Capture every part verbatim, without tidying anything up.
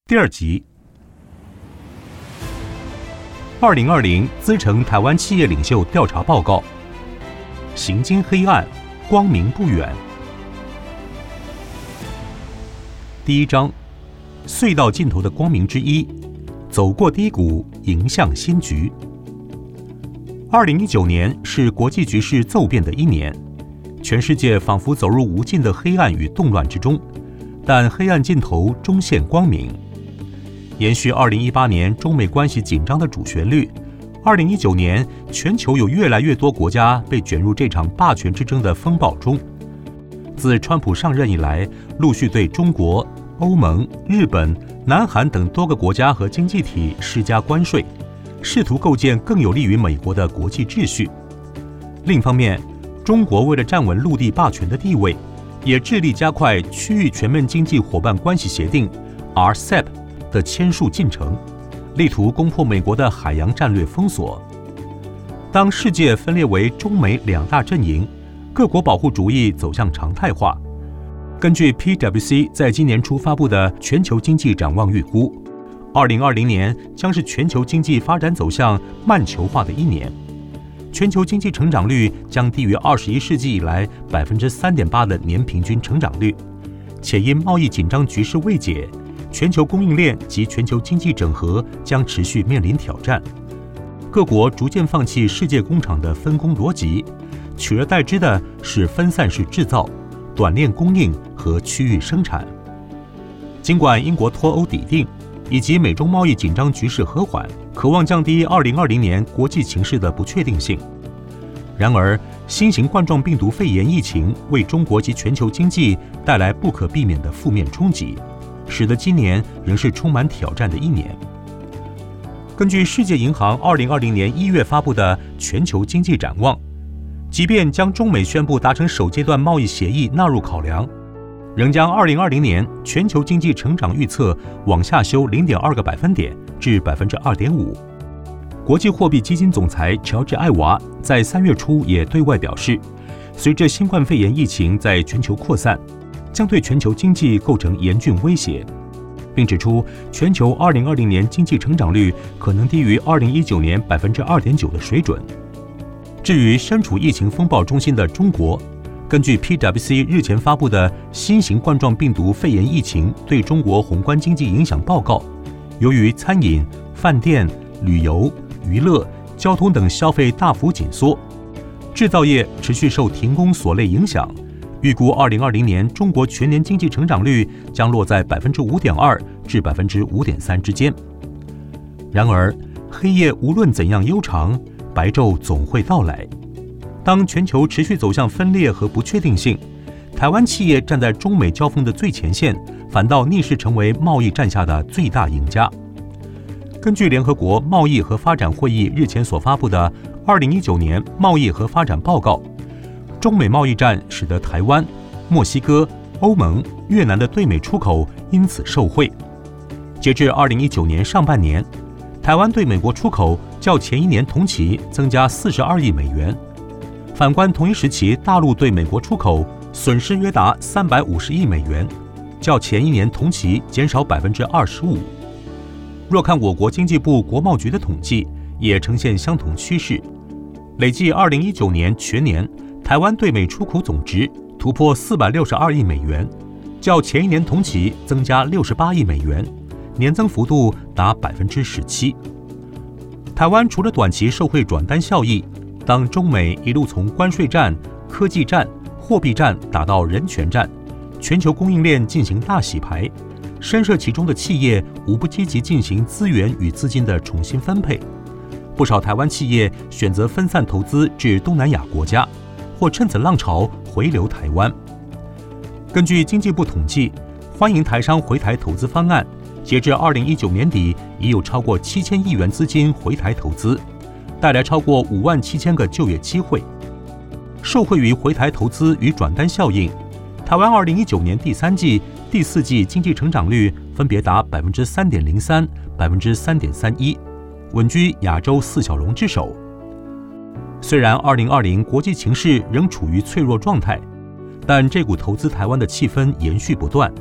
第二集，二零二零资诚台湾企业领袖调查报告，行经黑暗，光明不远。第一章，隧道尽头的光明之一，走过低谷，迎向新局。二零一九年是国际局势骤变的一年，全世界仿佛走入无尽的黑暗与动乱之中，但黑暗尽头终现光明。延续二零一八年中美关系紧张的主旋律，二零一九年全球有越来越多国家被卷入这场霸权之争的风暴中。自川普上任以来，陆续对中国、欧盟、日本、南韩等多个国家和经济体施加关税，试图构建更有利于美国的国际秩序。另一方面，中国为了站稳陆地霸权的地位，也致力加快区域全面经济伙伴关系协定 R C E P 的签署进程，力图攻破美国的海洋战略封锁。当世界分裂为中美两大阵营，各国保护主义走向常态化。根据 P W C 在今年初发布的全球经济展望预估，二零二零年将是全球经济发展走向慢球化的一年，全球经济成长率将低于二十一世纪以来 百分之三点八 的年平均成长率，且因贸易紧张局势未解，全球供应链及全球经济整合将持续面临挑战。各国逐渐放弃世界工厂的分工逻辑，取而代之的是分散式制造、短链供应和区域生产。尽管英国脱欧抵定以及美中贸易紧张局势和缓，渴望降低二零二零年国际情势的不确定性，然而新型冠状病毒肺炎疫情为中国及全球经济带来不可避免的负面冲击，使得今年仍是充满挑战的一年。根据世界银行二零二零年一月发布的全球经济展望，即便将中美宣布达成首阶段贸易协议纳入考量，仍将二零二零年全球经济成长预测往下修 零点二个百分点至 百分之二点五。国际货币基金总裁乔治·艾娃在三月初也对外表示，随着新冠肺炎疫情在全球扩散，将对全球经济构成严峻威胁，并指出全球二零二零年经济成长率可能低于二零一九年 百分之二点九 的水准。至于身处疫情风暴中心的中国，根据 P W C 日前发布的新型冠状病毒肺炎疫情对中国宏观经济影响报告，由于餐饮、饭店、旅游、娱乐、交通等消费大幅紧缩，制造业持续受停工所累影响，预估二零二零年中国全年经济成长率将落在 百分之五点二 至 百分之五点三 之间。然而，黑夜无论怎样悠长，白昼总会到来。当全球持续走向分裂和不确定性，台湾企业站在中美交锋的最前线，反倒逆势成为贸易战下的最大赢家。根据联合国贸易和发展会议日前所发布的二零一九年贸易和发展报告，中美贸易战使得台湾、墨西哥、欧盟、越南的对美出口因此受惠。截至二零一九年上半年，台湾对美国出口较前一年同期增加四十二亿美元。反观同一时期，大陆对美国出口损失约达三百五十亿美元，较前一年同期减少 百分之二十五。若看我国经济部国贸局的统计，也呈现相同趋势。累计二零一九年全年，台湾对美出口总值突破四百六十二亿美元，较前一年同期增加六十八亿美元，年增幅度达 百分之十七。台湾除了短期受惠转单效益，当中美一路从关税战、科技战、货币战打到人权战，全球供应链进行大洗牌，深涉其中的企业无不积极进行资源与资金的重新分配。不少台湾企业选择分散投资至东南亚国家，或趁此浪潮回流台湾。根据经济部统计，欢迎台商回台投资方案，截至二零一九年底，已有超过七千亿元资金回台投资，带来超过五万七千个就业机会。受惠于回台投资与转单效应，台湾二零一九年第三季、第四季经济成长率分别达 百分之三点零三、百分之三点三一，稳居亚洲四小龙之首。虽然二零二零国际情势仍处于脆弱状态，但这股投资台湾的气氛延续不断，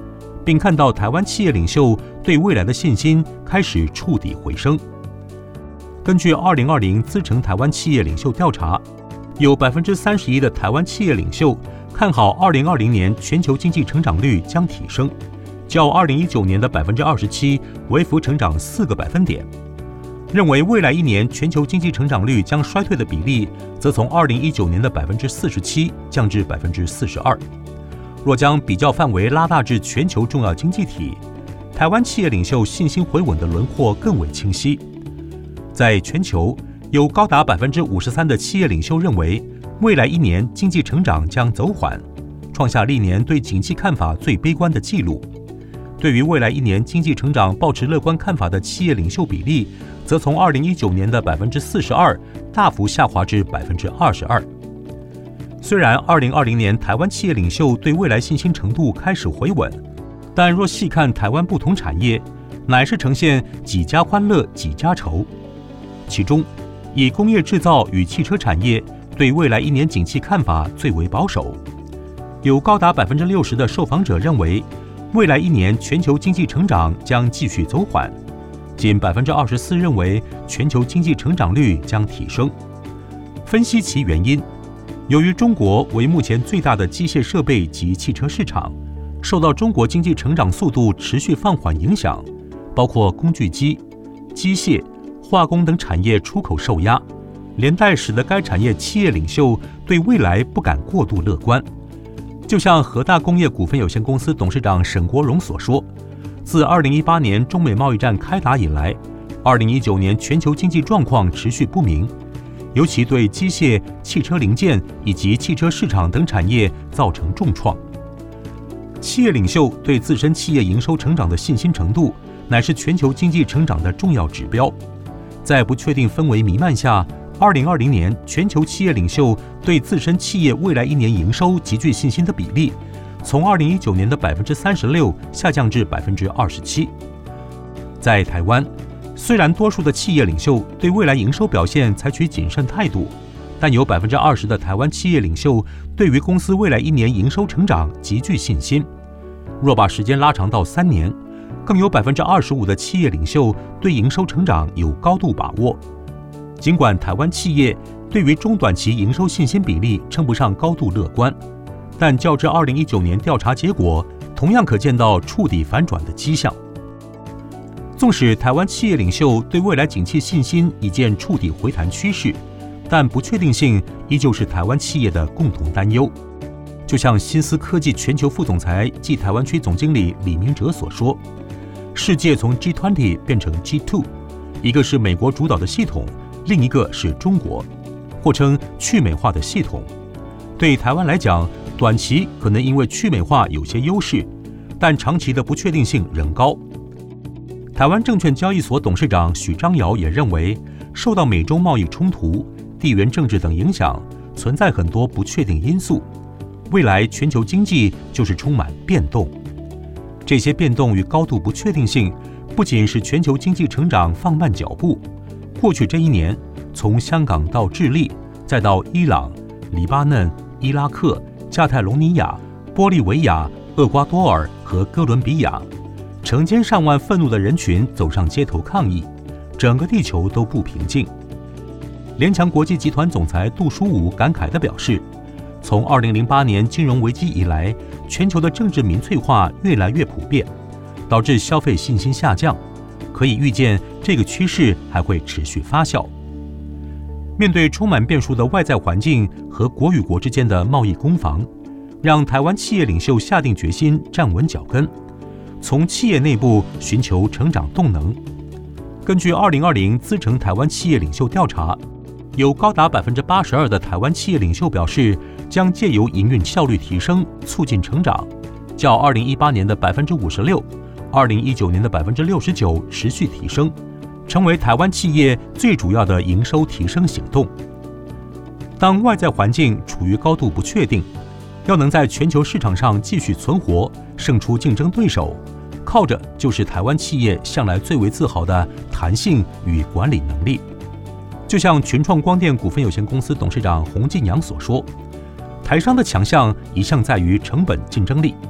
并看到台湾企业领袖对未来的信心开始触底回升。根据二零二零资诚台湾企业领袖调查，有百分之三十一的台湾企业领袖看好二零二零年全球经济成长率将提升，较二零一九年的百分之二十七微幅成长四个百分点。认为未来一年全球经济成长率将衰退的比例，则从二零一九年的百分之四十七降至百分之四十二。若将比较范围拉大至全球重要经济体，台湾企业领袖信心回稳的轮廓更为清晰。在全球，有高达百分之五十三的企业领袖认为，未来一年经济成长将走缓，创下历年对景气看法最悲观的纪录。对于未来一年经济成长抱持乐观看法的企业领袖比例，则从二零一九年的百分之四十二大幅下滑至百分之二十二。虽然二零二零年台湾企业领袖对未来信心程度开始回稳，但若细看台湾不同产业，乃是呈现几家欢乐几家愁。其中，以工业制造与汽车产业对未来一年景气看法最为保守，有高达百分之六十的受访者认为，未来一年全球经济成长将继续走缓，仅百分之二十四认为全球经济成长率将提升。分析其原因，由于中国为目前最大的机械设备及汽车市场，受到中国经济成长速度持续放缓影响，包括工具机、机械、化工等产业出口受压，连带使得该产业企业领袖对未来不敢过度乐观。就像和大工业股份有限公司董事长沈国荣所说，自二零一八年中美贸易战开打以来，二零一九年全球经济状况持续不明，尤其对机械、汽车零件以及汽车市场等产业造成重创。企业领袖对自身企业营收成长的信心程度，乃是全球经济成长的重要指标。在不确定氛围弥漫下，二零二零年全球企业领袖对自身企业未来一年营收极具信心的比例，从二零一九年的百分之三十六下降至百分之二十七。在台湾，虽然多数的企业领袖对未来营收表现采取谨慎态度，但有百分之二十的台湾企业领袖对于公司未来一年营收成长极具信心。若把时间拉长到三年，更有百分之二十五的企业领袖对营收成长有高度把握。尽管台湾企业对于中短期营收信心比例称不上高度乐观，但较之二零一九年调查结果，同样可见到触底反转的迹象。纵使台湾企业领袖对未来景气信心已见触底回弹趋势，但不确定性依旧是台湾企业的共同担忧。就像新思科技全球副总裁暨台湾区总经理李明哲所说，世界从 G 二十 变成 G 二， 一个是美国主导的系统，另一个是中国，或称去美化的系统。对台湾来讲，短期可能因为去美化有些优势，但长期的不确定性仍高。台湾证券交易所董事长许章尧也认为，受到美中贸易冲突、地缘政治等影响，存在很多不确定因素。未来全球经济就是充满变动，这些变动与高度不确定性，不仅使全球经济成长放慢脚步。过去这一年，从香港到智利，再到伊朗、黎巴嫩、伊拉克、加泰隆尼亚、玻利维亚、厄瓜多尔和哥伦比亚，成千上万愤怒的人群走上街头抗议，整个地球都不平静。联强国际集团总裁杜书武感慨地表示，从二零零八年金融危机以来，全球的政治民粹化越来越普遍，导致消费信心下降。可以预见，这个趋势还会持续发酵。面对充满变数的外在环境和国与国之间的贸易攻防，让台湾企业领袖下定决心站稳脚跟，从企业内部寻求成长动能。根据二零二零资诚台湾企业领袖调查，有高达百分之八十二的台湾企业领袖表示，将借由营运效率提升促进成长，较二零一八年的百分之五十六、二零一九年的百分之六十九持续提升，成为台湾企业最主要的营收提升行动。当外在环境处于高度不确定，要能在全球市场上继续存活，胜出竞争对手，靠着就是台湾企业向来最为自豪的弹性与管理能力。就像群创光电股份有限公司董事长洪进阳所说，台商的强项一向在于成本竞争力，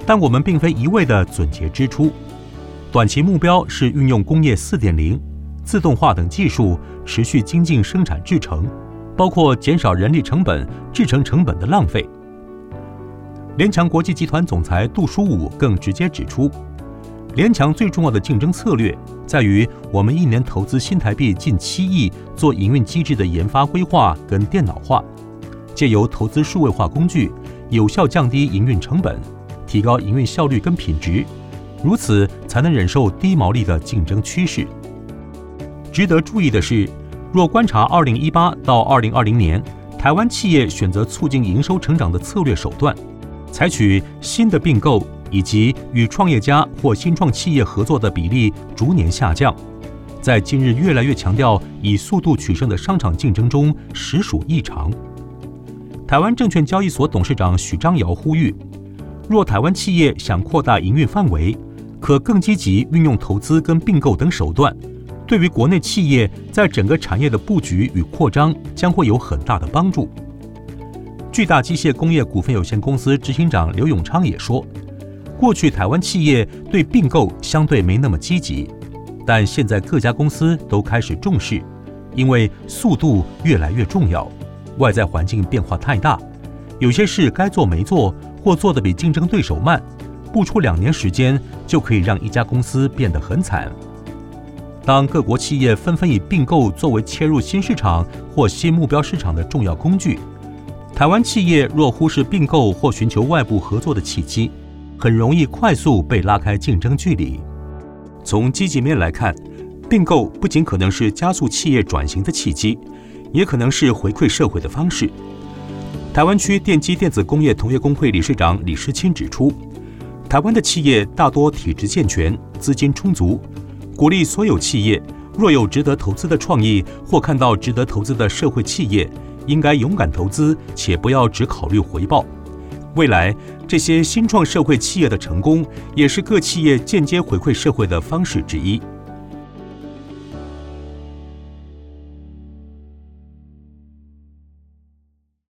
但我们并非一味的撙节支出，短期目标是运用工业 四点零、自动化等技术，持续精进生产制程，包括减少人力成本、制程成本的浪费。联强国际集团总裁杜书武更直接指出，联强最重要的竞争策略在于我们一年投资新台币近七亿做营运机制的研发规划跟电脑化，借由投资数位化工具，有效降低营运成本，提高营运效率跟品质，如此才能忍受低毛利的竞争趋势。值得注意的是，若观察二零一八到二零二零年台湾企业选择促进营收成长的策略手段，采取新的并购以及与创业家或新创企业合作的比例逐年下降，在今日越来越强调以速度取胜的商场竞争中实属异常。台湾证券交易所董事长许章尧呼吁，若台湾企业想扩大营运范围，可更积极运用投资跟并购等手段，对于国内企业在整个产业的布局与扩张将会有很大的帮助。巨大机械工业股份有限公司执行长刘永昌也说，过去台湾企业对并购相对没那么积极，但现在各家公司都开始重视，因为速度越来越重要，外在环境变化太大，有些事该做没做，或做得比竞争对手慢，不出两年时间就可以让一家公司变得很惨。当各国企业纷纷以并购作为切入新市场或新目标市场的重要工具，台湾企业若忽视并购或寻求外部合作的契机，很容易快速被拉开竞争距离。从积极面来看，并购不仅可能是加速企业转型的契机，也可能是回馈社会的方式。台湾区电机电子工业同业工会理事长李诗清指出，台湾的企业大多体制健全，资金充足，鼓励所有企业若有值得投资的创意或看到值得投资的社会企业，应该勇敢投资，且不要只考虑回报。未来这些新创社会企业的成功，也是各企业间接回馈社会的方式之一。